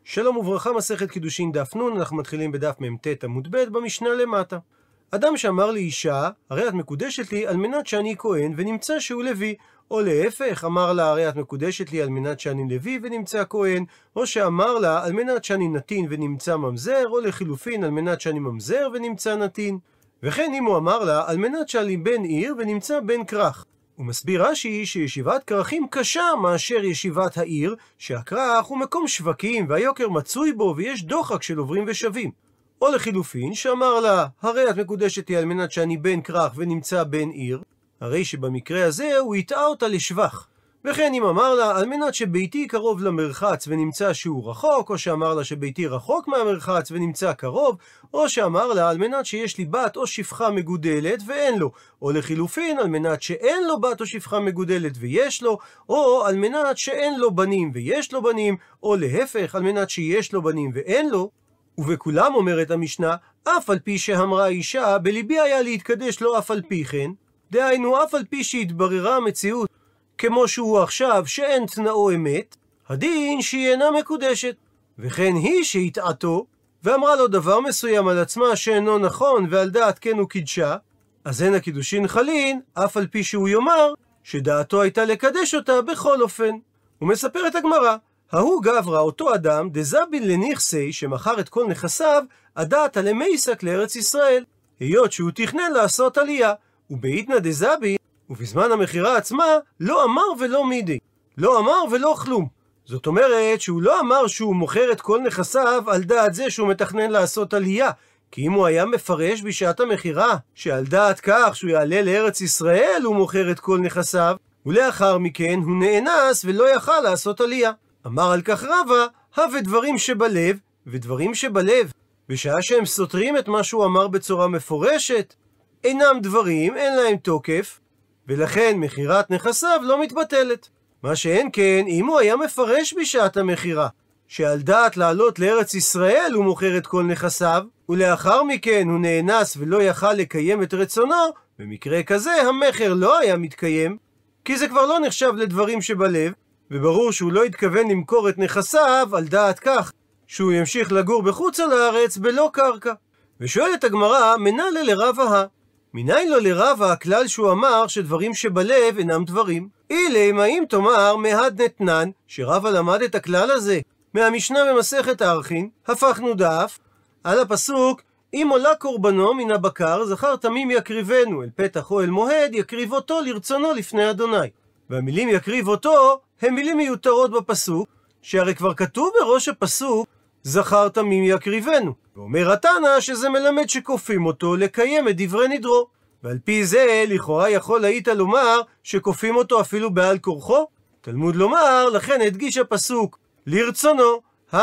שלום וברכה, מסכת קידושין דף נ', אנחנו מתחילים בדף מ"ט עמוד ב' במשנה למטה. אדם שאמר לאישה, הרי את מקודשת לי על מנת שאני כהן ונמצא שהוא לוי, או להפך, אמר לה, הרי את מקודשת לי על מנת שאני לוי ונמצא כהן, או שאמר לה, על מנת שאני נתין ונמצא ממזר, או לחילופין, על מנת שאני ממזר ונמצא נתין. וכן אם הוא אמר לה, על מנת שאני בן עיר ונמצא בן כרך. הוא מסביר רש"י שישיבת כרכים קשה מאשר ישיבת העיר, שהכרך הוא מקום שווקים והיוקר מצוי בו ויש דוחק של עוברים ושבים. או לחילופין שאמר לה, הרי את מקודשת לי על מנת שאני בן כרך ונמצא בן עיר, הרי שבמקרה הזה הוא יטעה אותה לשבח. וכן אם אמר לה, על מנת שביתי קרוב למרחץ ונמצא שהוא רחוק, או שאמר לה שביתי רחוק מהמרחץ ונמצא קרוב, או שאמר לה, על מנת שיש לי בת או שפחה מגודלת ואין לו, או לחילופין, על מנת שאין לו בת או שפחה מגודלת ויש לו, או על מנת שאין לו בנים ויש לו בנים, או להפך, על מנת שיש לו בנים ואין לו. ובכולם אומרת המשנה, אף על פי שאמרה אישה, בליבי היה להתקדש לו אף על פי כן, דהיינו אף על פי שהתבררה המציאות כמו שהוא עכשיו שאין תנאו אמת, הדין שהיא אינה מקודשת. וכן היא שהטעתו ואמרה לו דבר מסוים על עצמה שאינו נכון ועל דעת כן הוא קידשה, אז אין הקידושין חלין, אף על פי שהוא יאמר שדעתו הייתה לקדש אותה בכל אופן. הוא מספר את הגמרא, ההוא גברא, אותו אדם, דזבין לנכסי, שמכר את כל נכסיו, הדעת על המייסק לארץ ישראל, היות שהוא תכנן לעשות עלייה, ובעיתנא דזבין, ובזמן המכירה עצמה, לא אמר ולא מידי, לא אמר ולא כלום. זאת אומרת שהוא לא אמר שהוא מוכר את כל נכסיו על דעת זה שהוא מתכנן לעשות עלייה, כי אם הוא היה מפרש בשעת המכירה, שעל דעת כך שהוא יעלה לארץ ישראל הוא מוכר את כל נכסיו, ולאחר מכן הוא נאנס ולא יכל לעשות עלייה. אמר על כך רבא, הווה דברים שבלב ודברים שבלב, בשעה שהם סותרים את מה שהוא אמר בצורה מפורשת, אינם דברים, אין להם תוקף, ולכן מכירת נכסיו לא מתבטלת. מה שאין כן, אם הוא היה מפרש בשעת המכירה, שעל דעת לעלות לארץ ישראל הוא מוכר את כל נכסיו, ולאחר מכן הוא נאנס ולא יכל לקיים את רצונו, במקרה כזה המכר לא היה מתקיים, כי זה כבר לא נחשב לדברים שבלב, וברור שהוא לא התכוון למכור את נכסיו על דעת כך שהוא ימשיך לגור בחוץ לארץ בלא קרקע. ושואלת הגמרא, מנהלה לרבא, מניין לו לרבא הכלל שהוא אמר שדברים שבלב אינם דברים? אילם, האם תאמר מהד נתנן, שרבא למד את הכלל הזה מהמשנה במסכת ערכין, הפכנו דף על הפסוק, אם עולה קורבנו מן הבקר, זכר תמים יקריבנו, אל פתח או אל מוהד, יקריב אותו לרצונו לפני אדוני. והמילים יקריב אותו הם מילים מיותרות בפסוק, שהרי כבר כתוב בראש הפסוק, זכר תמים יקריבנו. ואומר התנא שזה מלמד שכופים אותו לקיים את דברי נדרו. ועל פי זה לכאורה יכול היית לומר שכופים אותו אפילו בעל כורחו. תלמוד לומר, לכן הדגיש הפסוק לרצונו.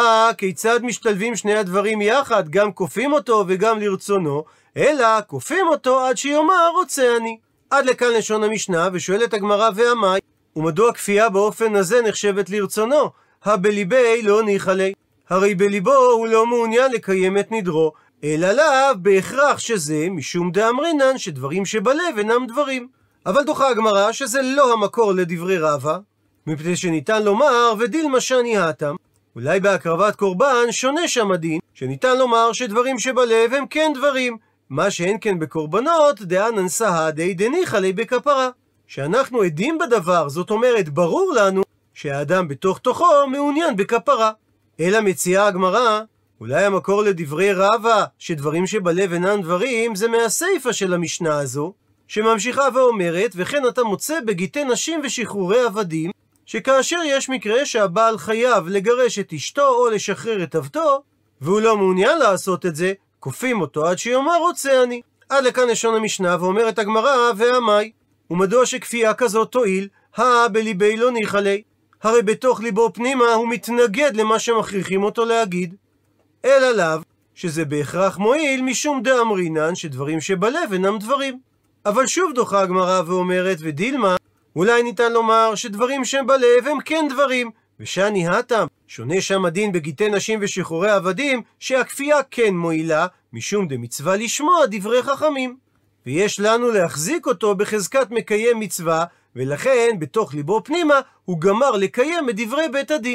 כיצד משתלבים שני הדברים יחד, גם כופים אותו וגם לרצונו, אלא כופים אותו עד שיאמר רוצה אני. עד לכאן לשון המשנה, ושואלת הגמרא והמאי, ומדוע כפייה באופן הזה נחשבת לרצונו? בליבי לא ניחא ליה. הרי בליבו הוא לא מעוניין לקיים את נדרו, אלא לאו בהכרח שזה משום דאמרינן שדברים שבלב אינם דברים. אבל דוחה הגמרא שזה לא המקור לדברי רבא, מפני שניתן לומר ודילמה שאני התם, אולי בהקרבת קורבן שונה שם הדין, שניתן לומר שדברים שבלב הם כן דברים, מה שאין כן בקורבנות דאנן סהדי דניחא ליה בכפרה, שאנחנו עדים בדבר, זאת אומרת ברור לנו שהאדם בתוך תוכו מעוניין בכפרה. אלא מציעה הגמרא, אולי המקור לדברי רבא שדברים שבלב אינם דברים זה מהסיפא של המשנה הזו, שממשיכה ואומרת, וכן אתה מוצא בגיטי נשים ושחרורי עבדים, שכאשר יש מקרה שהבעל חייב לגרש את אשתו או לשחרר את עבדו, והוא לא מעוניין לעשות את זה, כופים אותו עד שיאמר רוצה אני. עד לכאן לשון המשנה, ואומרת הגמרא והמאי, ומדוע שכפייה כזאת תועיל? בליבי לא ניחא ליה. הרי בתוך ליבו פנימה הוא מתנגד למה שמכריחים אותו להגיד. אלא לאו, שזה בהכרח מועיל משום דאמרינן שדברים שבלב אינם דברים. אבל שוב דוחה הגמרא ואומרת, ודילמה, אולי ניתן לומר שדברים שהם בלב הם כן דברים, ושאני התם, שונה שם הדין בגיטי נשים ושחרורי עבדים, שהכפייה כן מועילה, משום דמצווה לשמוע דברי חכמים. ויש לנו להחזיק אותו בחזקת מקיים מצווה, ולכן בתוך ליבו פנימה הוא גמר לקיים את דברי בית הדין.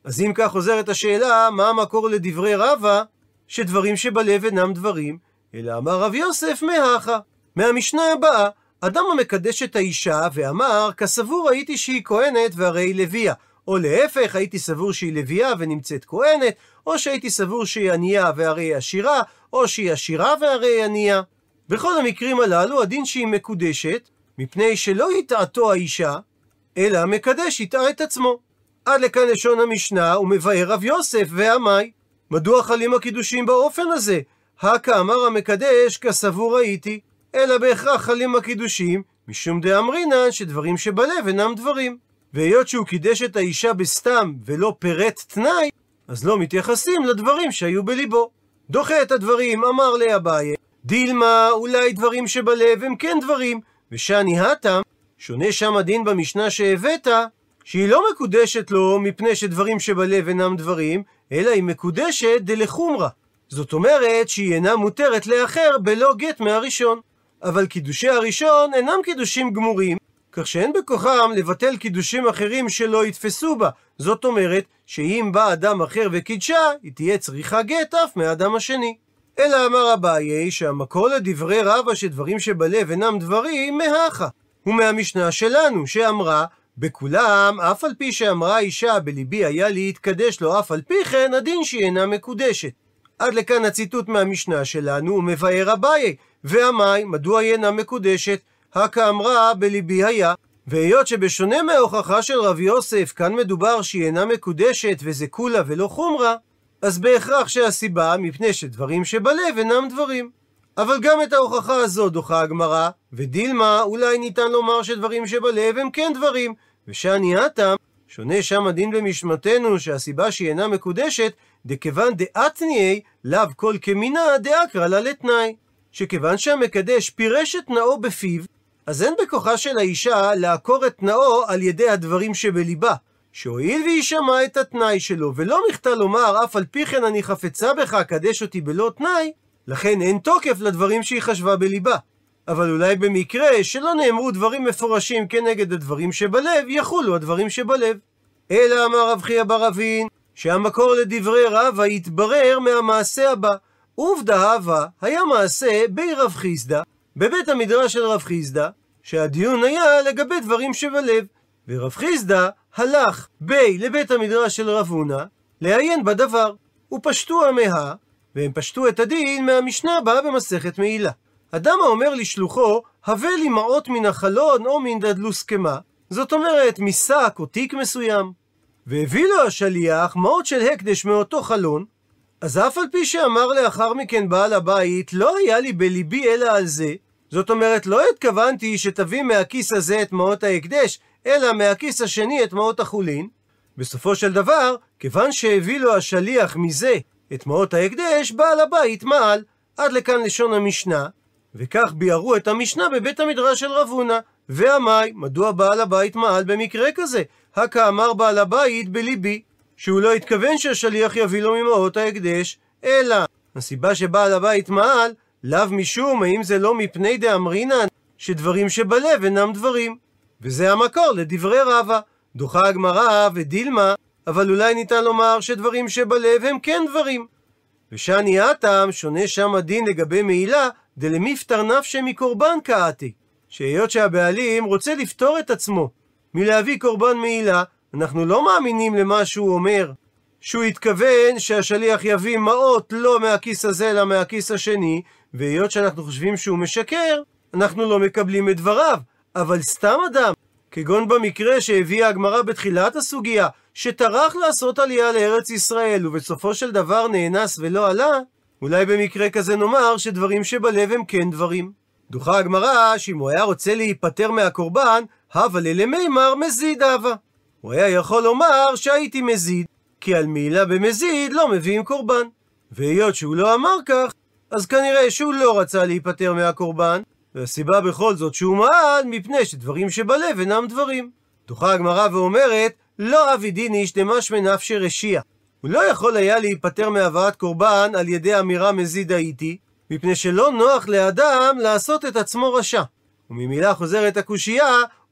אז אם כך חוזרת השאלה, מה המקור לדברי רבא, שדברים שבלב אינם דברים, אלא אמר רב יוסף מהכה. מהמשנה הבאה, אדם המקדש את האישה ואמר, כסבור הייתי שהיא כהנת והרי היא לוויה, או להפך, הייתי סבור שהיא לוויה ונמצאת כהנת, או שהייתי סבור שהיא ענייה והרי היא עשירה, או שהיא עשירה והרי היא ענייה. בכל המקרים הללו הדין שהיא מקודשת, מפני שלא יטעתו האישה, אלא המקדש יטעה את עצמו. עד לכאן לשון המשנה, ומבאר רב יוסף ועמי. מדוע חלים הקידושים באופן הזה? כאמר המקדש כסבור הייתי, אלא בהכרח חלים הקידושים, משום דאמרינן שדברים שבלב אינם דברים. והיות שהוא קידש את האישה בסתם ולא פירט תנאי, אז לא מתייחסים לדברים שהיו בליבו. דוחה את הדברים, אמר לאביי, דילמה, אולי דברים שבלב הם כן דברים, ושאני התם, שונה שם הדין במשנה שהבאת, שהיא לא מקודשת לו מפני שדברים שבלב אינם דברים, אלא היא מקודשת דלחומרה. זאת אומרת שהיא אינה מותרת לאחר בלא גט מהראשון. אבל קידושי הראשון אינם קידושים גמורים, כך שאין בכוחם לבטל קידושים אחרים שלא יתפסו בה. זאת אומרת שאם בא אדם אחר וקידשה, היא תהיה צריכה גט אף מהאדם השני. אלא אמר אביי שהמקור לדברי רבא שדברים שבלב אינם דברים מהכה. ומהמשנה שלנו שאמרה, בכולם, אף על פי שאמרה האישה בליבי היה להתקדש לו אף על פי כן, הדין שהיא אינה מקודשת. עד לכאן הציטוט מהמשנה שלנו, ומבאר אביי, ועמי, מדוע היא אינה מקודשת? כאמרה בליבי היה. והיות שבשונה מההוכחה של רב יוסף, כאן מדובר שהיא אינה מקודשת וזה כולה ולא חומרה, אז בהכרח שהסיבה מפני שדברים שבלב אינם דברים. אבל גם את ההוכחה הזו דוחה הגמרא, ודילמה, אולי ניתן לומר שדברים שבלב הם כן דברים, ושאני התם, שונה שם הדין במשמתנו שהסיבה שהיא אינה מקודשת, דכיוון דאתניי לאו כל כמינה דאקרא לה לתנאי. שכיוון שהמקדש פירש את תנאו בפיו, אז אין בכוחה של האישה לעקור את תנאו על ידי הדברים שבליבה, שהואיל והיא שמעה את התנאי שלו ולא מכתה לומר אף על פי כן אני חפצה בך קדש אותי בלא תנאי, לכן אין תוקף לדברים שהיא חשבה בליבה. אבל אולי במקרה שלא נאמרו דברים מפורשים כנגד הדברים שבלב, יחולו הדברים שבלב. אלא אמר רב חייא בר אבין, שהמקור לדברי רבא יתברר מהמעשה הבא. עובדא הווה היה מעשה בי רב חיסדא, בבית המדרש של רב חיסדא, שהדיון היה לגבי דברים שבלב, ורב חיסדא הלך בי לבית המדרש של רב הונא לעיין בדבר, ופשטו עמיה, והם פשטו את הדין מהמשנה הבאה במסכת מעילה. אדם האומר לשלוחו, הבא לי מעות מן החלון או מן דדלוס קמה, זאת אומרת משק או תיק מסוים, והביא לו השליח מעות של הקדש מאותו חלון, אז אף על פי שאמר לאחר מכן בעל הבית, לא היה לי בליבי אלא על זה, זאת אומרת לא התכוונתי שתביא מהכיס הזה את מעות ההקדש, אלא מהכיס השני את מעות החולין, בסופו של דבר, כיוון שהביא לו השליח מזה את מעות ההקדש, בעל הבית מעל. עד לכאן לשון המשנה, וכך ביארו את המשנה בבית המדרש של רב הונא. ועמי, מדוע בעל הבית מעל במקרה כזה? כאמר בעל הבית בליבי, שהוא לא התכוון שהשליח יביא לו ממעות ההקדש, אלא הסיבה שבעל הבית מעל, לאו משום, האם זה לא מפני דאמרינן, שדברים שבלב אינם דברים. וזה המקור לדברי רבא. דוחה הגמרא ודילמה, אבל אולי ניתן לומר שדברים שבלב הם כן דברים. ושאני התם, שונה שם הדין לגבי מעילה, דלמיפטר נפשי מקורבן קאתי, שהיות שהבעלים רוצה לפתור את עצמו מלהביא קורבן מעילה, אנחנו לא מאמינים למה שהוא אומר, שהוא התכוון שהשליח יביא מעות לא מהכיס הזה אלא מהכיס השני, והיות שאנחנו חושבים שהוא משקר, אנחנו לא מקבלים את דבריו. אבל סתם אדם, כגון במקרה שהביאה הגמרא בתחילת הסוגיה, שטרח לעשות עלייה לארץ ישראל ובסופו של דבר נאנס ולא עלה, אולי במקרה כזה נאמר שדברים שבלב הם כן דברים. דוחה הגמרא שאם הוא היה רוצה להיפטר מהקורבן, הווה ללמימר מזיד הווה. הוא היה יכול לומר שהייתי מזיד, כי על מעילה במזיד לא מביאים קורבן. והיות שהוא לא אמר כך, אז כנראה שהוא לא רצה להיפטר מהקורבן, והסיבה בכל זאת שהוא מעל מפני שדברים שבלב אינם דברים. דוחה הגמרא ואומרת, לא אבי דין איש דמשמע נפשי רשיע. הוא לא יכול היה להיפטר מהבאת קורבן על ידי אמירה מזיד הייתי, מפני שלא נוח לאדם לעשות את עצמו רשע. וממילה חוזרת הקושייה,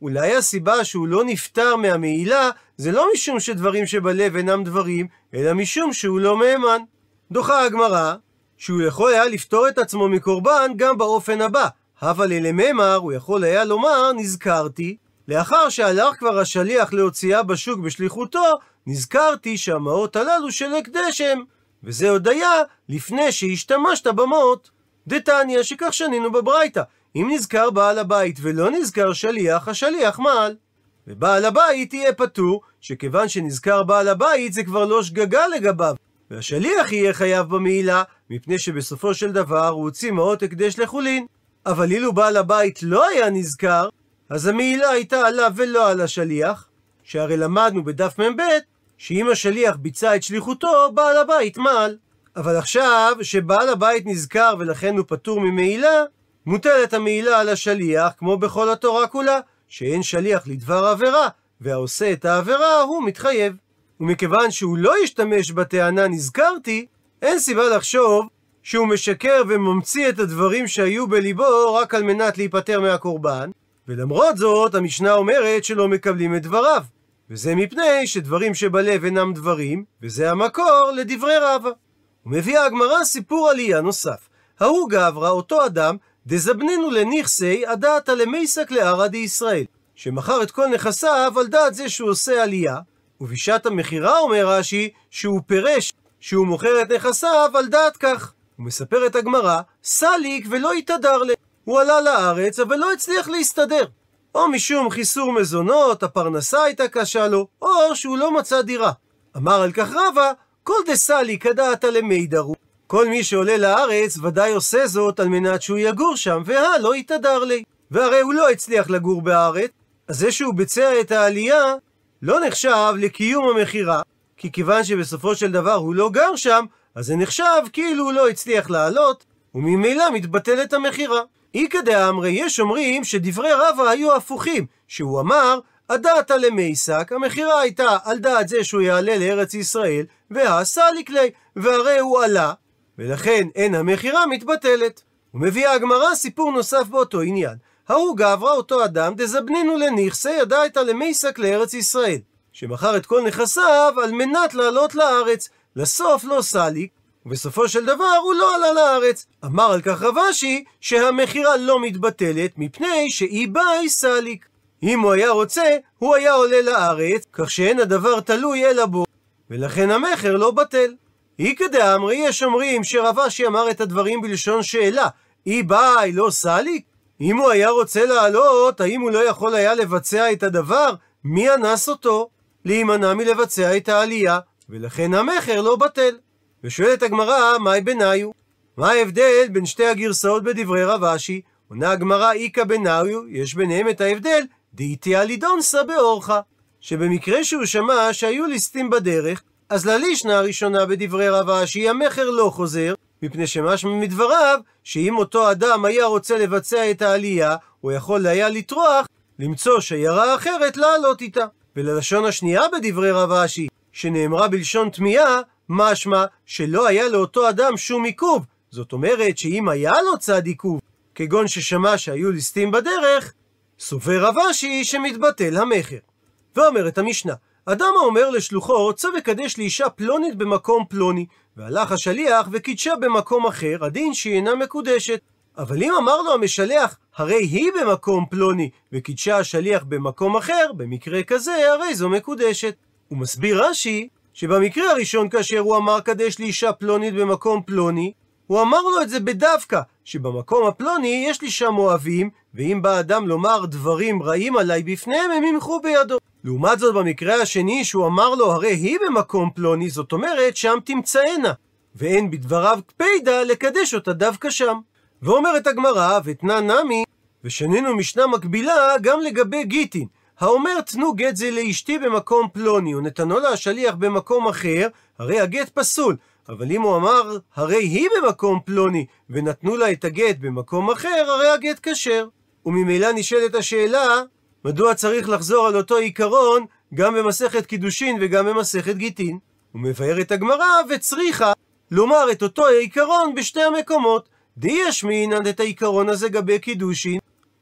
אולי הסיבה שהוא לא נפטר מהמעילה זה לא משום שדברים שבלב אינם דברים, אלא משום שהוא לא מהימן. דוחה הגמרא שהוא יכול היה לפטור את עצמו מקורבן גם באופן הבא, אבל אלממר הוא יכול היה לומר נזכרתי, לאחר שהלך כבר השליח להוציאה בשוק בשליחותו, נזכרתי שהמעות הללו של הקדש הם, וזה עוד היה לפני שהשתמשת במעות. דתניא שכך שנינו בברייתא, אם נזכר בעל הבית ולא נזכר שליח, השליח מעל. ובעל הבית יהיה פטור, שכיוון שנזכר בעל הבית זה כבר לא שגגה לגביו, והשליח יהיה חייב במעילה, מפני שבסופו של דבר הוא הוציא מעות הקדש לחולין. אבל אילו בעל הבית לא היה נזכר, אז המעילה הייתה עליו ולא על השליח, שהרי למדנו בדף מ"ב שאם השליח ביצע את שליחותו, בעל הבית מעל. אבל עכשיו שבעל הבית נזכר ולכן הוא פטור ממעילה, מוטלת המעילה על השליח, כמו בכל התורה כולה, שאין שליח לדבר עבירה, והעושה את העבירה הוא מתחייב. ומכיוון שהוא לא ישתמש בטענה נזכרתי, אין סיבה לחשוב שהוא משקר וממציא את הדברים שהיו בליבו רק על מנת להיפטר מהקורבן, ולמרות זאת המשנה אומרת שלא מקבלים את דבריו, וזה מפני שדברים שבלב אינם דברים, וזה המקור לדברי רבא. ומביאה הגמרא סיפור עלייה נוסף. ההוא גברא, אותו אדם, דזבנינו לנכסי הדעת למייסק לערא דישראל, שמכר את כל נכסיו על דעת זה שהוא עושה עלייה, ובשעת המכירה אומר רש"י שהוא פירש שהוא מוכר את נכסיו על דעת כך. ומספרת הגמרא, סליק ולא התהדר לה, הוא עלה לארץ אבל לא הצליח להסתדר, או משום חיסור מזונות, הפרנסה הייתה קשה לו, או שהוא לא מצא דירה. אמר על כך רבא, כל דסליק הדעת למידרו, כל מי שעולה לארץ ודאי עושה זאת על מנת שהוא יגור שם, לא התהדר לי, והרי הוא לא הצליח לגור בארץ, אז זה שהוא ביצע את העלייה לא נחשב לקיום המכירה, כי כיוון שבסופו של דבר הוא לא גר שם, אז זה נחשב כאילו הוא לא הצליח לעלות, וממילא מתבטלת המכירה. איקא דאמרי, יש אומרים שדברי רבא היו הפוכים, שהוא אמר הדעת למייסק, המכירה הייתה על דעת זה שהוא יעלה לארץ ישראל, והסליק לי, והרי הוא עלה, ולכן אין המכירה מתבטלת. ומביאה הגמרא סיפור נוסף באותו עניין. ההוא גברא, אותו אדם, דזבנינו לנכסי הדעת למייסק לארץ ישראל, שמכר את כל נכסיו על מנת לעלות לארץ, לסוף לא סליק, ובסופו של דבר הוא לא עלה לארץ. אמר על כך רב אשי שהמכירה לא מתבטלת מפני שאי באי סליק. אם הוא היה רוצה, הוא היה עולה לארץ, כך שאין הדבר תלוי אלא בו, ולכן המכר לא בטל. איקא דאמרי, יש אומרים שרב אשי אמר את הדברים בלשון שאלה, אי באי לא סליק? אם הוא היה רוצה לעלות, האם הוא לא יכול היה לבצע את הדבר? מי אנס אותו להימנע מלבצע את העלייה? ולכן המכר לא בטל. ושואלת הגמרא, מהי ביניו? מה ההבדל בין שתי הגרסאות בדברי רב אשי? עונה הגמרא, איקא ביניו, יש ביניהם את ההבדל, דאיתיה לידונסה באורחה, שבמקרה שהוא שמע שהיו ליסטים בדרך, אז ללישנה הראשונה בדברי רב אשי המכר לא חוזר, מפני שמשמע מדבריו שאם אותו אדם היה רוצה לבצע את העלייה, הוא יכול היה לטרוח למצוא שיירה אחרת לעלות איתה. וללשון השנייה בדברי רב אשי, שנאמרה בלשון תמיהה, משמע שלא היה לאותו אדם שום עיכוב. זאת אומרת שאם היה לו צד עיכוב, כגון ששמע שהיו ליסטים בדרך, סובר רב אשי שמתבטל המכר. ואומרת המשנה, אדם האומר לשלוחו, צא וקדש לאישה פלונית במקום פלוני, והלך השליח וקידשה במקום אחר, הדין שהיא אינה מקודשת. אבל אם אמר לו המשלח, הרי היא במקום פלוני, וקידשה השליח במקום אחר, במקרה כזה הרי זו מקודשת. הוא מסביר רש"י שבמקרה הראשון כאשר הוא אמר קדש לאישה פלונית במקום פלוני, הוא אמר לו את זה בדווקא, שבמקום הפלוני יש לי שם אוהבים, ואם בא אדם לומר דברים רעים עליי בפניהם, הם ימחו בידו. לעומת זאת במקרה השני שהוא אמר לו הרי היא במקום פלוני, זאת אומרת שם תמצאנה, ואין בדבריו קפידה לקדש אותה דווקא שם. ואומרת הגמרא, ותנא נמי, ושנינו משנה מקבילה גם לגבי גיטין, האומר תנו גט זה לאשתי במקום פלוני, ונתנו לה השליח במקום אחר, הרי הגט פסול. אבל אם הוא אמר הרי היא במקום פלוני, ונתנו לה את הגט במקום אחר, הרי הגט כשר. וממילא נשאלת השאלה, מדוע צריך לחזור על אותו עיקרון גם במסכת קידושין וגם במסכת גיטין? ומבארת הגמרא, וצריכה לומר את אותו העיקרון בשתי המקומות. די ישמינן את העיקרון הזה גבי קידושין,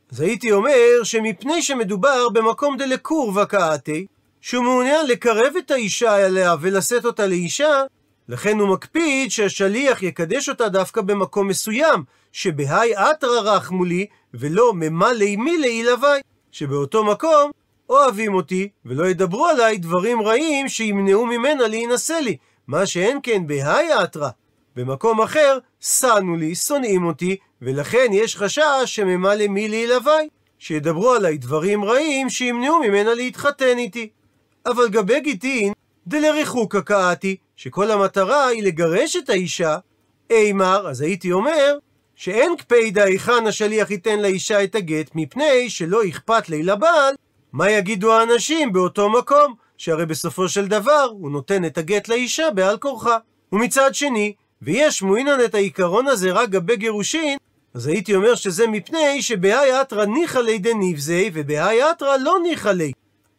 אז הייתי אומר שמפני שמדובר במקום דלקורבא קאתי, שהוא מעוניין לקרב את האישה אליה ולשאת אותה לאישה, לכן הוא מקפיד שהשליח יקדש אותה דווקא במקום מסוים, שבהי אתרא רחמו לי, ולא ממלא מילי לווי, שבאותו מקום אוהבים אותי, ולא ידברו עליי דברים רעים שימנעו ממנה להינשא לי, מה שאין כן בהי אתרא. במקום אחר, שנאו לי, שונאים אותי, ולכן יש חשש שממלא מילי לווי, שידברו עליי דברים רעים שימנעו ממנה להתחתן איתי. אבל גבי גיטין, דלריחוקא קאתי, שכל המטרה היא לגרש את האישה, אימר, אז הייתי אומר, שאין קפידא היכן השליח ייתן לאישה את הגט, מפני שלא אכפת לי לבעל, מה יגידו האנשים באותו מקום, שהרי בסופו של דבר הוא נותן את הגט לאישה בעל כורחה. ומצד שני, ויש מועינן את העיקרון הזה רק גבי גירושין, אז הייתי אומר שזה מפני שבהי אתרא ניחא ליה דניבזי, ובהי אתרא לא ניחא ליה.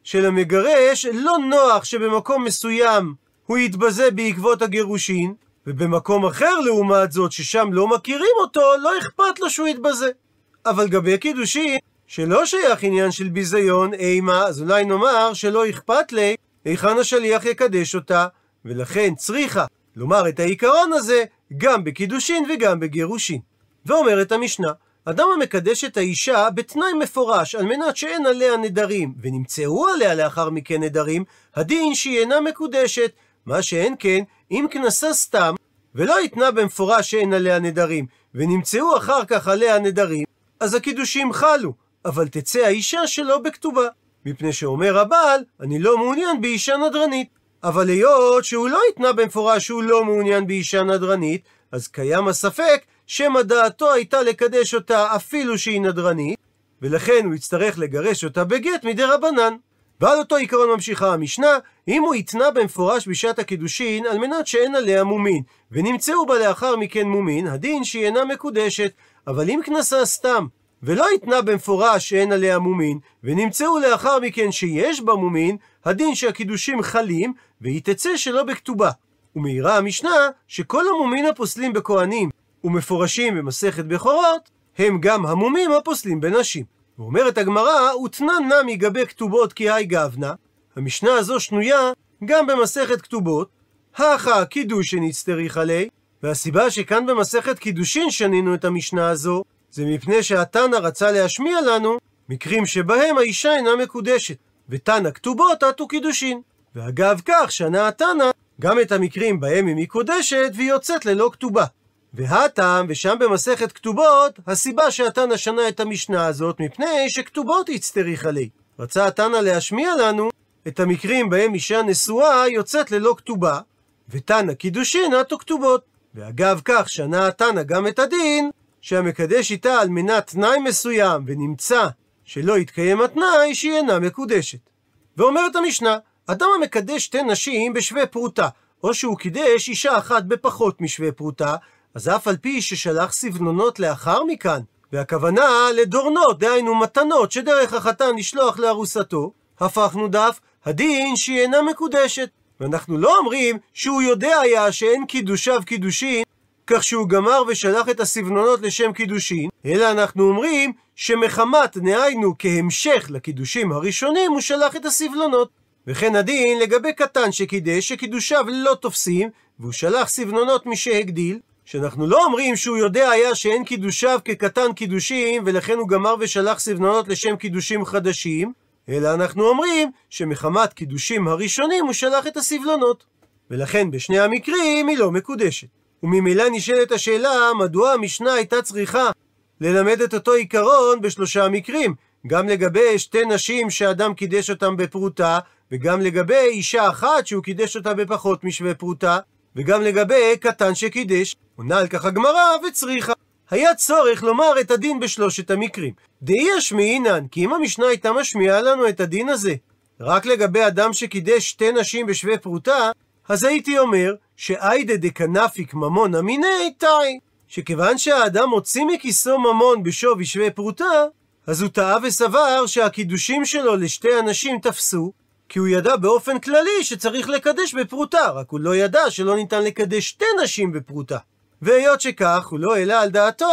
שלמגרש לא נוח שבמקום מסוים הוא יתבזה בעקבות הגירושין, ובמקום אחר לעומת זאת ששם לא מכירים אותו, לא אכפת לו שהוא יתבזה. אבל גבי קידושין, שלא שייך עניין של ביזיון, אימה, אז אולי נאמר שלא אכפת לי היכן השליח יקדש אותה, ולכן צריכה לומר את העיקרון הזה גם בקידושין וגם בגירושין. ואומרת המשנה, אדם המקדש את האישה בתנאי מפורש על מנת שאין עליה נדרים, ונמצאו עליה לאחר מכן נדרים, הדין שהיא אינה מקודשת, מה שאין כן אם כנסה סתם, ולא התנה במפורש שאין עליה נדרים, ונמצאו אחר כך עליה נדרים, אז הקידושים חלו, אבל תצא האישה שלא בכתובה, מפני שאומר הבעל, אני לא מעוניין באישה נדרנית. אבל היות שהוא לא התנה במפורש שהוא לא מעוניין באישה נדרנית, אז קיים הספק שמא דעתו הייתה לקדש אותה אפילו שהיא נדרנית, ולכן הוא יצטרך לגרש אותה בגט מדי רבנן. ועל אותו עיקרון ממשיכה המשנה, אם הוא התנה במפורש בשעת הקידושין על מנת שאין עליה מומין, ונמצאו בה לאחר מכן מומין, הדין שהיא אינה מקודשת. אבל אם כנסה סתם, ולא התנה במפורש שאין עליה מומין, ונמצאו לאחר מכן שיש בה מומין, הדין שהקידושים חלים, והיא תצא שלא בכתובה. ומעירה המשנה שכל המומין הפוסלים בכהנים ומפורשים במסכת בכורות, הם גם המומים הפוסלים בנשים. ואומרת הגמרא, ותנא נמי גבי כתובות כי היי גבנה, המשנה הזו שנויה גם במסכת כתובות, הכא קידושין הצטריך עלי, והסיבה שכאן במסכת קידושין שנינו את המשנה הזו, זה מפני שהתנא רצה להשמיע לנו מקרים שבהם האישה אינה מקודשת, ותנא כתובות עטו קידושין. ואגב כך שנה התנא גם את המקרים בהם היא מקודשת והיא יוצאת ללא כתובה. והטעם, ושם במסכת כתובות, הסיבה שהתנא שנה את המשנה הזאת, מפני שכתובות הצטריך עלי. רצה התנא להשמיע לנו את המקרים בהם אישה נשואה יוצאת ללא כתובה, ותנא קידושין עטו כתובות. ואגב כך שנה התנא גם את הדין, שהמקדש איתה על מנת תנאי מסוים, ונמצא שלא יתקיים התנאי שהיא אינה מקודשת. ואומרת המשנה, אדם המקדש שתי נשים בשווה פרוטה, או שהוא קידש אישה אחת בפחות משווה פרוטה, אז אף על פי ששלח סבנונות לאחר מכאן, והכוונה לדורנות, דהיינו מתנות שדרך החתן לשלוח לארוסתו, הפכנו דף הדין שהיא אינה מקודשת. ואנחנו לא אומרים שהוא יודע היה שאין קידושיו קידושין, כך שהוא גמר ושלח את הסבנונות לשם קידושין, אלא אנחנו אומרים שמחמת נהיינו כהמשך לקידושים הראשונים הוא שלח את הסבנונות. וכן הדין לגבי קטן שקידש שקידושיו לא תופסים והוא שלח סבנונות משהגדיל, שאנחנו לא אומרים שהוא יודע היה שאין קידושיו כקטן קידושים ולכן הוא גמר ושלח סבנונות לשם קידושים חדשים, אלא אנחנו אומרים שמחמת קידושים הראשונים הוא שלח את הסבנונות, ולכן בשני המקרים היא לא מקודשת. וממילא נשאלת השאלה מדוע המשנה הייתה צריכה ללמד את אותו עיקרון בשלושה מקרים, גם לגבי שתי נשים שאדם קידש אותם בפרוטה, וגם לגבי אישה אחת שהוא קידש אותה בפחות משווה פרוטה, וגם לגבי קטן שקידש. עונה על כך הגמרא וצריכה. היה צורך לומר את הדין בשלושת המקרים. דאי ישמיעינן, כי אם המשנה הייתה משמיעה לנו את הדין הזה רק לגבי אדם שקידש שתי נשים בשווה פרוטה, אז הייתי אומר שאיידה דקנפיק ממון אמיני תאי, שכיוון שהאדם מוציא מכיסו ממון בשווי שווה פרוטה, אז הוא טעה וסבר שהקידושים שלו לשתי אנשים תפסו, כי הוא ידע באופן כללי שצריך לקדש בפרוטה, רק הוא לא ידע שלא ניתן לקדש שתי נשים בפרוטה. והיות שכך, הוא לא העלה על דעתו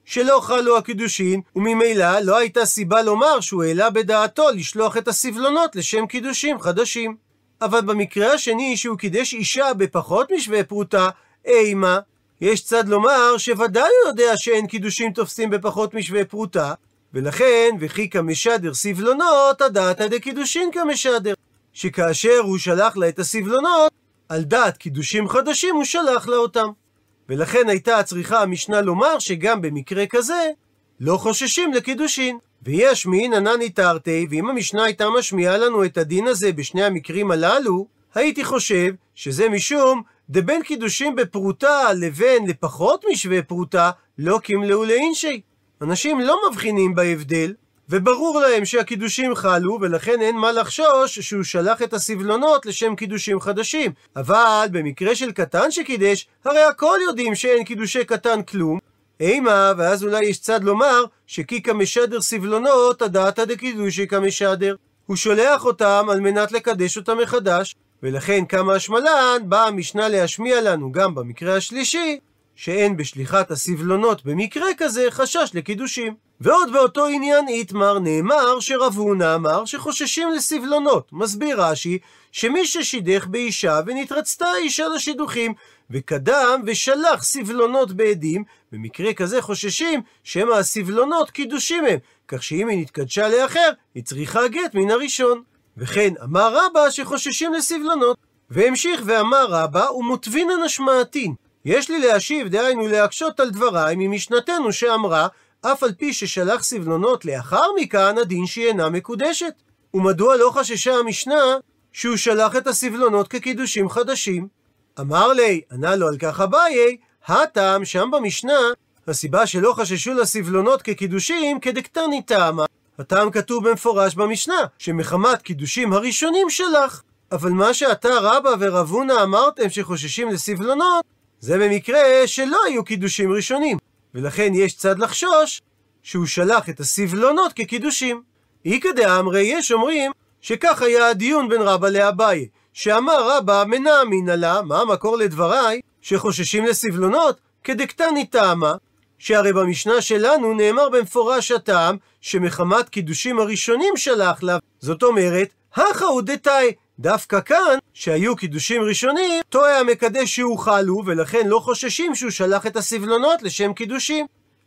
שלא חלו הקידושין, וממילא לא הייתה סיבה לומר שהוא העלה בדעתו לשלוח את הסבלונות לשם קידושים חדשים. אבל במקרה השני שהוא קידש אישה בפחות משווה פרוטה, אימה, יש צד לומר שוודאי הוא יודע שאין קידושים תופסים בפחות משווה פרוטה, ולכן וכי כמשדר סבלונות הדעתא דקידושין כמשדר, שכאשר הוא שלח לה את הסבלונות, על דעת קידושים חדשים הוא שלח לה אותם. ולכן הייתה צריכה המשנה לומר שגם במקרה כזה לא חוששים לקידושין. ויש מין ענני תרתי, ואם המשנה הייתה משמיעה לנו את הדין הזה בשני המקרים הללו, הייתי חושב שזה משום דבין קידושים בפרוטה לבין לפחות משווה פרוטה לא קימלאו לאינשי. אנשים לא מבחינים בהבדל, וברור להם שהקידושים חלו, ולכן אין מה לחשוש שהוא שלח את הסבלונות לשם קידושים חדשים. אבל במקרה של קטן שקידש, הרי הכל יודעים שאין קידושי קטן כלום. אימה, ואז אולי יש צד לומר שכי כמשדר סבלונות הדעתא דקידושי כמשדר. הוא שולח אותם על מנת לקדש אותם מחדש, ולכן כמה השמלן באה המשנה להשמיע לנו גם במקרה השלישי שאין בשליחת הסבלונות במקרה כזה חשש לקידושים. ועוד באותו עניין איתמר נאמר שרב הונא אמר שחוששים לסבלונות. מסביר רש"י שמי ששידך באישה ונתרצתה האישה לשידוכים וקדם ושלח סבלונות בעדים, במקרה כזה חוששים שמא הסבלונות קידושים הם, כך שאם היא נתקדשה לאחר היא צריכה גט מן הראשון. וכן אמר רבא שחוששים לסבלונות, והמשיך ואמר רבא ומוטבינן השמעתין. יש לי להשיב, דהיינו להקשות על דבריי ממשנתנו שאמרה אף על פי ששלח סבלונות לאחר מכאן הדין שהיא אינה מקודשת. ומדוע לא חששה המשנה שהוא שלח את הסבלונות כקידושים חדשים? אמר לי, ענה לו על כך אביי, הטעם שם במשנה, הסיבה שלא חששו לסבלונות כקידושים כדקטני טעמה. הטעם כתוב במפורש במשנה שמחמת קידושים הראשונים שלח. אבל מה שאתה רבא ורב הונא אמרתם שחוששים לסבלונות, זה במקרה שלא היו קידושים ראשונים, ולכן יש צד לחשוש שהוא שלח את הסבלונות כקידושים. איכא דאמרי, יש אומרים שכך היה הדיון בין רבא לאביי, שאמר רבא מנע אמינא לה, מה המקור לדבריי שחוששים לסבלונות כדקטני טעמה, שהרי במשנה שלנו נאמר במפורש הטעם שמחמת קידושים הראשונים שלח לה. זאת אומרת, הכא הוא דתאי, דווקא כאן שהיו קידושים ראשונים טועה המקדש שהוא חלו, ולכן לא חוששים שהוא שלח את הסבלונות לשם קידושים.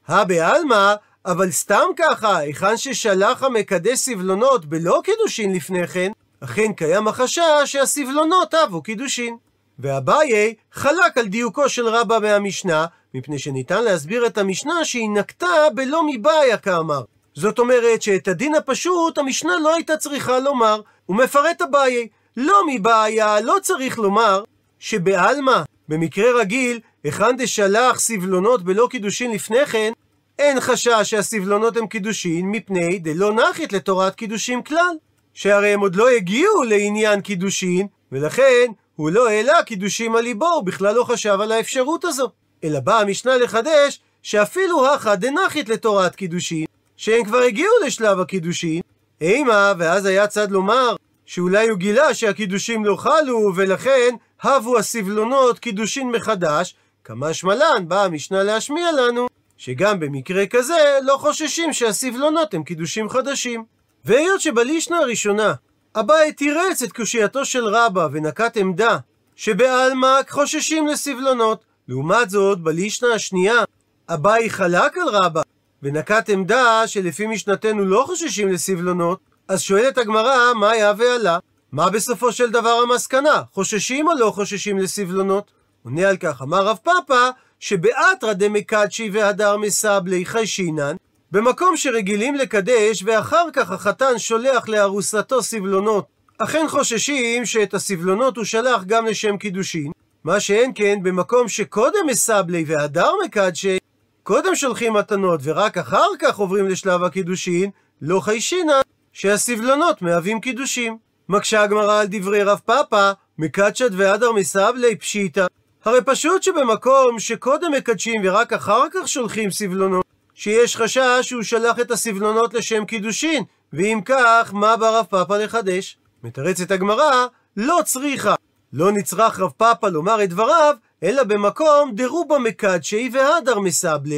בעלמא, אבל סתם ככה, היכן ששלח המקדש סבלונות בלא קידושין לפני כן, אכן קיים החשש שהסבלונות אבו קידושין. ואביי חלק על דיוקו של רבא מהמשנה, מפני שניתן להסביר את המשנה שהיא נקטה בלא מבעיה כאמר. זאת אומרת שאת הדין הפשוט המשנה לא הייתה צריכה לומר. הוא מפרט אביי, לא מבעיה, לא צריך לומר שבעלמא, במקרה רגיל, היכן דשלח סבלונות בלא קידושין לפני כן, אין חשש שהסבלונות הם קידושין, מפני דלא נחית לתורת קידושין כלל, שהרי הם עוד לא הגיעו לעניין קידושין, ולכן הוא לא העלה קידושים על ליבו, הוא בכלל לא חשב על האפשרות הזו. אלא באה המשנה לחדש שאפילו הכא דנחית לתורת קידושין, שהם כבר הגיעו לשלב הקידושין, אימה, ואז היה צד לומר שאולי הוא גילה שהקידושים לא חלו, ולכן הבו הסבלונות קידושין מחדש. כמה שמלן באה המשנה להשמיע לנו שגם במקרה כזה לא חוששים שהסבלונות הם קידושים חדשים. והיות שבלישנה הראשונה אביי תירץ את קושייתו של רבא ונקט עמדה שבעלמא חוששים לסבלונות, לעומת זאת בלישנה השנייה אביי חלק על רבא ונקט עמדה שלפי משנתנו לא חוששים לסבלונות, אז שואלת הגמרא מה היה ועלה? מה בסופו של דבר המסקנה? חוששים או לא חוששים לסבלונות? עונה על כך אמר רב פאפא שבאתרא דמקדשי והדר מסבלי חיישינן, במקום שרגילים לקדש ואחר כך החתן שולח לארוסתו סבלונות, אכן חוששים שאת הסבלונות הוא שלח גם לשם קידושין. מה שאין כן במקום שקודם מסבלי והדר מקדשי, קודם שולחים מתנות ורק אחר כך עוברים לשלב הקידושין, לא חיישינן שהסבלונות מהווים קידושים. מקשה הגמרא על דברי רב פאפא, מקדשת והדר מסבלי פשיטא. הרי פשוט שבמקום שקודם מקדשים ורק אחר כך שולחים סבלונות, שיש חשש שהוא שלח את הסבלונות לשם קידושין, ואם כך, מה בא רב פאפא לחדש? מתרצת הגמרא, לא צריכה. לא נצרך רב פאפא לומר את דבריו, אלא במקום דרובה מקדשי והדר מסבלי,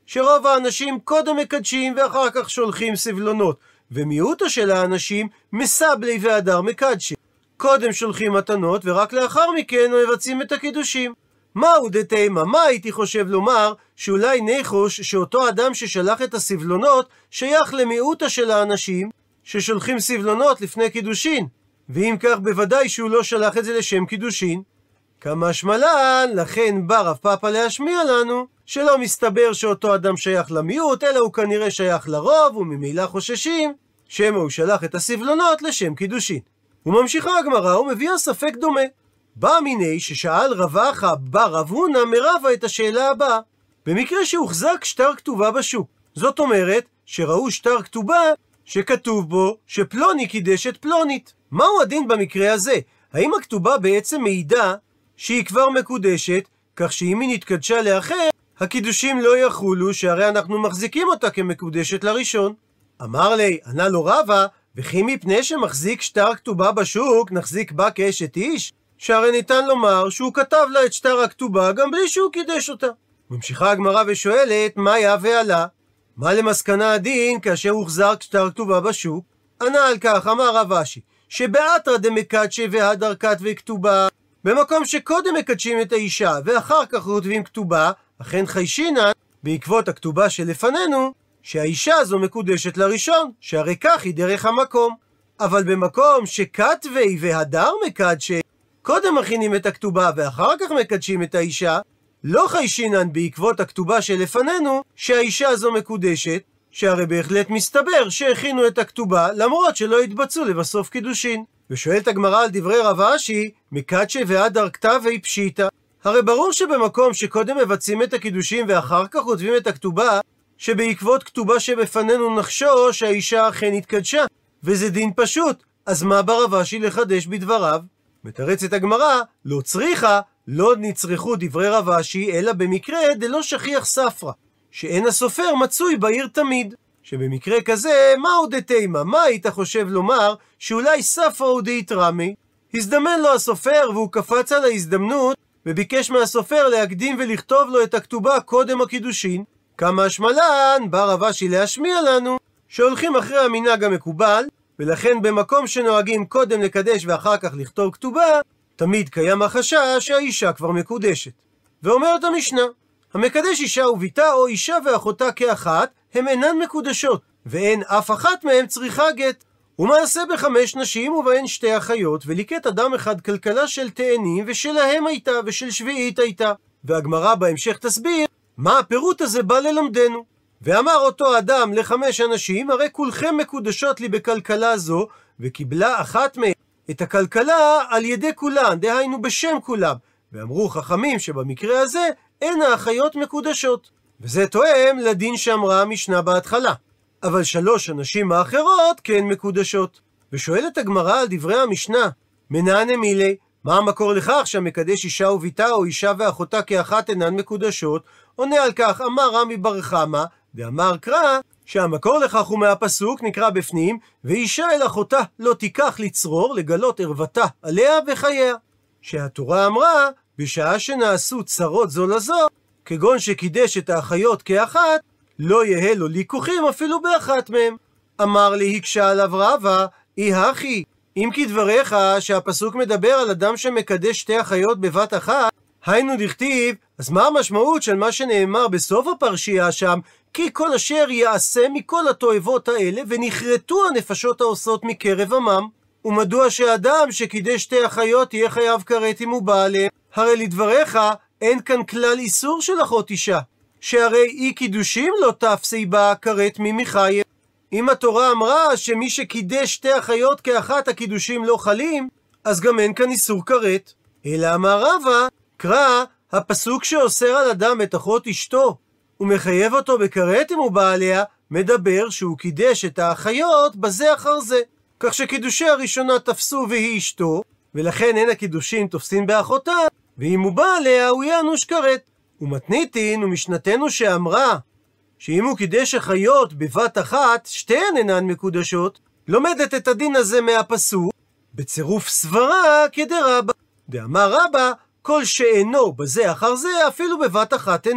שרוב האנשים קודם מקדשים ואחר כך שולחים סבלונות, ומיעוטו של האנשים מסבלי והדר מקדשים. קודם שולחים מתנות ורק לאחר מכן מבצעים את הקידושים. מהו דתימה? מה הייתי חושב לומר? שאולי נחוש שאותו אדם ששלח את הסבלונות שייך למיעוטו של האנשים ששולחים סבלונות לפני קידושין, ואם כך בוודאי שהוא לא שלח את זה לשם קידושין. כמשמע לן, לכן בא רב פאפא להשמיע לנו שלא מסתבר שאותו אדם שייך למיעוט, אלא הוא כנראה שייך לרוב, וממילא חוששים שמא הוא שלח את הסבלונות לשם קידושין. וממשיכה הגמרא ומביאה ספק דומה. בא מיני ששאל רב אחא בר רב הונא מרבא את השאלה הבאה: במקרה שהוחזק שטר כתובה בשוק, זאת אומרת שראו שטר כתובה שכתוב בו שפלוני קידש את פלונית, מהו הדין במקרה הזה? האם הכתובה בעצם מעידה שהיא כבר מקודשת, כך שאם היא נתקדשה לאחר, הקידושים לא יחולו, שהרי אנחנו מחזיקים אותה כמקודשת לראשון? אמר לי, ענה לו רבא, וכי מפני שמחזיק שטר כתובה בשוק, נחזיק בה כאשת איש? שהרי ניתן לומר שהוא כתב לה את שטר הכתובה גם בלי שהוא קידש אותה. ממשיכה הגמרא ושואלת, מה היה ועלה? מה למסקנה הדין כאשר הוחזק שטר כתובה בשוק? ענה על כך, אמר רב אשי, שבאתרא דמקדשי והדר כתבי כתובה, במקום שקודם מקדשים את האישה ואחר כך כותבים כתובה, אכן חיישינן בעקבות הכתובה שלפנינו שהאישה הזו מקודשת לראשון, שהרי כך היא דרך המקום. אבל במקום שכתבי והדר מקדשי, קודם מכינים את הכתובה ואחר כך מקדשים את האישה, לא חיישינן בעקבות הכתובה שלפנינו שהאישה הזו מקודשת, שהרי בהחלט מסתבר שהכינו את הכתובה למרות שלא התבצעו לבסוף קידושין. ושואלת הגמרא על דברי רב אשי, מקדשי והדר כתבי פשיטא, הרי ברור שבמקום שקודם מבצעים את הקידושים ואחר כך כותבים את הכתובה, שבעקבות כתובה שבפנינו נחשוש שהאישה אכן התקדשה, וזה דין פשוט, אז מה בא רב אשי לחדש בדבריו? מתרצת הגמרא, לא צריכה, לא נצרכו דברי רב אשי, אלא במקרה דלא שכיח ספרא, שאין הסופר מצוי בעיר תמיד. שבמקרה כזה, מהו דתימה? מה היית חושב לומר שאולי ספרא הוא דאיתרמי? הזדמן לו הסופר והוא קפץ על ההזדמנות וביקש מהסופר להקדים ולכתוב לו את הכתובה קודם הקידושין. כמשמע לן, בא רב אשי להשמיע לנו שהולכים אחרי המנהג המקובל, ולכן במקום שנוהגים קודם לקדש ואחר כך לכתוב כתובה, תמיד קיים החשש שהאישה כבר מקודשת. ואומרת המשנה, המקדש אישה וביתה או אישה ואחותה כאחת, הם אינן מקודשות, ואין אף אחת מהם צריכה גט. ומעשה ב5 נשים ובהן 2 אחיות, וליקט אדם אחד כלכלה של תאנים, ושלהם הייתה ושל שביעית הייתה. והגמרא בהמשך תסביר מה הפירוט הזה בא ללמדנו. ואמר אותו אדם ל5 אנשים, הרי כולכם מקודשות לי בכלכלה זו, וקיבלה אחת מהם את הכלכלה על ידי כולן, דהיינו בשם כולם. ואמרו חכמים שבמקרה הזה אין האחיות מקודשות, וזה תואם לדין שאמרה המשנה בהתחלה. אבל 3 הנשים האחרות כן מקודשות. ושואלת הגמרא על דברי המשנה, מנענה מילי, מה המקור לכך שהמקדש אישה וביתה או אישה ואחותה כאחת אינן מקודשות? עונה על כך, אמר רמי בר חמא, ואמר קרא, שהמקור לכך הוא מהפסוק, נקרא בפנים, ואישה אל אחותה לא תיקח לצרור, לגלות ערוותה עליה וחייה. שהתורה אמרה, בשעה שנעשו צרות זו לזו, כגון שקידש את האחיות כאחת, לא יהיה לו ליכוחים אפילו באחת מהם. אמר לי, הקשה עליו רבא, אי הכי, אם כדבריך שהפסוק מדבר על אדם שמקדש 2 אחיות בבת אחת, היינו דכתיב, אז מה המשמעות של מה שנאמר בסוף הפרשייה שם, כי כל אשר יעשה מכל התועבות האלה, ונכרתו הנפשות העושות מקרב עמם? ומדוע שאדם שקידש 2 אחיות יהיה חייב כרת אם הוא בא עליהם? הרי לדבריך אין כאן כלל איסור של אחות אישה, שהרי אי קידושים לא תפסי בה כרת ממחייב. אם התורה אמרה שמי שקידש 2 אחיות כאחת הקידושים לא חלים, אז גם אין כאן איסור כרת. אלא אמר רבא, קרא, הפסוק שאוסר על אדם את אחות אשתו ומחייב אותו בכרת אם הוא בא עליה, מדבר שהוא קידש את האחיות בזה אחר זה, כך שקידושי הראשונה תפסו והיא אשתו, ולכן אין הקידושים תופסים באחותה, ואם הוא בא עליה הוא יהיה אנוש כרת. ומתניתין ומשנתנו שאמרה שאם הוא קידש אחיות בבת אחת, 2 אינן מקודשות, לומדת את הדין הזה מהפסוק בצירוף סברה כדרבא. דאמר רבא, כל שאינו בזה אחר זה אפילו בבת אחת אינו.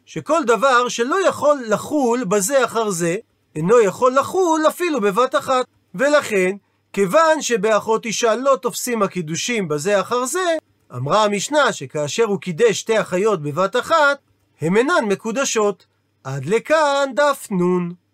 שכל דבר שלא יכול לחול בזה אחר זה, אינו יכול לחול אפילו בבת אחת. ולכן, כיוון שבאחות אישה לא תופסים הקידושים בזה אחר זה, אמרה המשנה שכאשר הוא קידש שתי אחיות בבת אחת, הם אינן מקודשות. עד לכאן דף נון.